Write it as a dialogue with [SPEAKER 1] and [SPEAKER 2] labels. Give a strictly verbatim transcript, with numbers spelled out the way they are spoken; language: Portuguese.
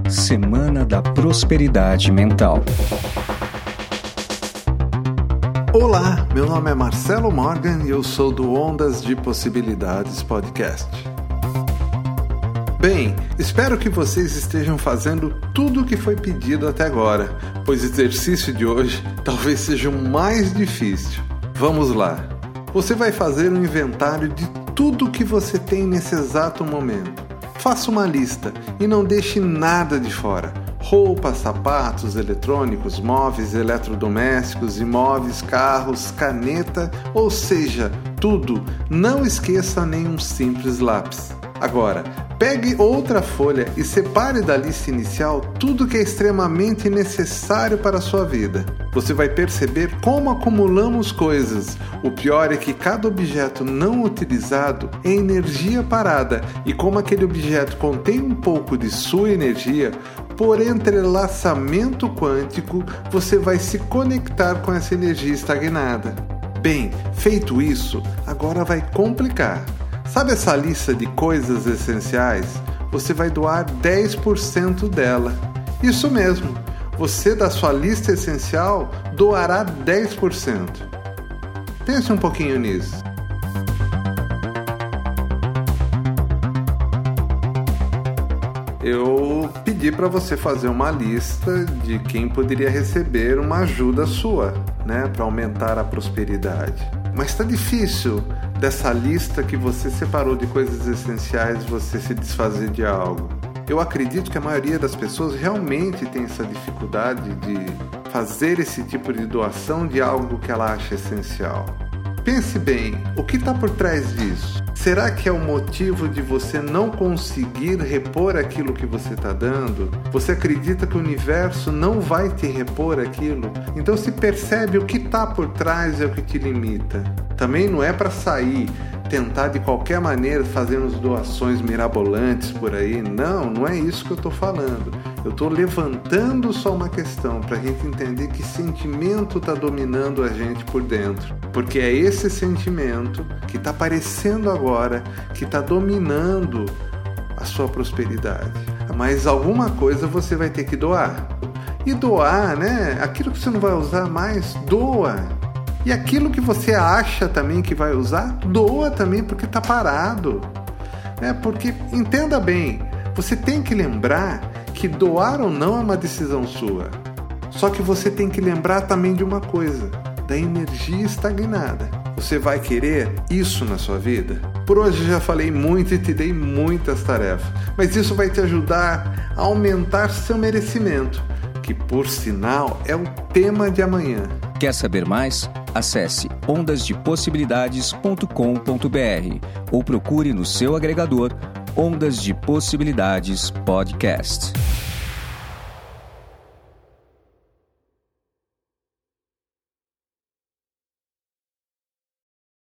[SPEAKER 1] Semana da Prosperidade Mental.
[SPEAKER 2] Olá, meu nome é Marcelo Morgan e eu sou do Ondas de Possibilidades Podcast. Bem, espero que vocês estejam fazendo tudo o que foi pedido até agora, pois o exercício de hoje talvez seja o mais difícil. Vamos lá! Você vai fazer um inventário de tudo que você tem nesse exato momento. Faça uma lista e não deixe nada de fora. Roupas, sapatos, eletrônicos, móveis, eletrodomésticos, imóveis, carros, caneta, ou seja, tudo. Não esqueça nenhum simples lápis. Agora, pegue outra folha e separe da lista inicial tudo que é extremamente necessário para a sua vida. Você vai perceber como acumulamos coisas. O pior é que cada objeto não utilizado é energia parada e como aquele objeto contém um pouco de sua energia, por entrelaçamento quântico, você vai se conectar com essa energia estagnada. Bem, feito isso, agora vai complicar. Sabe essa lista de coisas essenciais? Você vai doar dez por cento dela. Isso mesmo, você da sua lista essencial doará dez por cento. Pense um pouquinho nisso. Eu pedi para você fazer uma lista de quem poderia receber uma ajuda sua, né, para aumentar a prosperidade. Mas está difícil dessa lista que você separou de coisas essenciais você se desfazer de algo. Eu acredito que a maioria das pessoas realmente tem essa dificuldade de fazer esse tipo de doação de algo que ela acha essencial. Pense bem, o que está por trás disso? Será que é o motivo de você não conseguir repor aquilo que você está dando? Você acredita que o universo não vai te repor aquilo? Então se percebe o que está por trás é o que te limita. Também não é para sair, tentar de qualquer maneira fazer umas doações mirabolantes por aí. Não, não é isso que eu estou falando. Eu estou levantando só uma questão para a gente entender que sentimento está dominando a gente por dentro. Porque é esse sentimento que está aparecendo agora, que está dominando a sua prosperidade. Mas alguma coisa você vai ter que doar. E doar, né? Aquilo que você não vai usar mais, doa. E aquilo que você acha também que vai usar, doa também, porque está parado. É, porque, entenda bem, você tem que lembrar que doar ou não é uma decisão sua. Só que você tem que lembrar também de uma coisa, da energia estagnada. Você vai querer isso na sua vida? Por hoje eu já falei muito e te dei muitas tarefas, mas isso vai te ajudar a aumentar seu merecimento, que por sinal é o tema de amanhã.
[SPEAKER 1] Quer saber mais? Acesse ondas de possibilidades ponto com ponto b r ou procure no seu agregador Ondas de Possibilidades Podcast.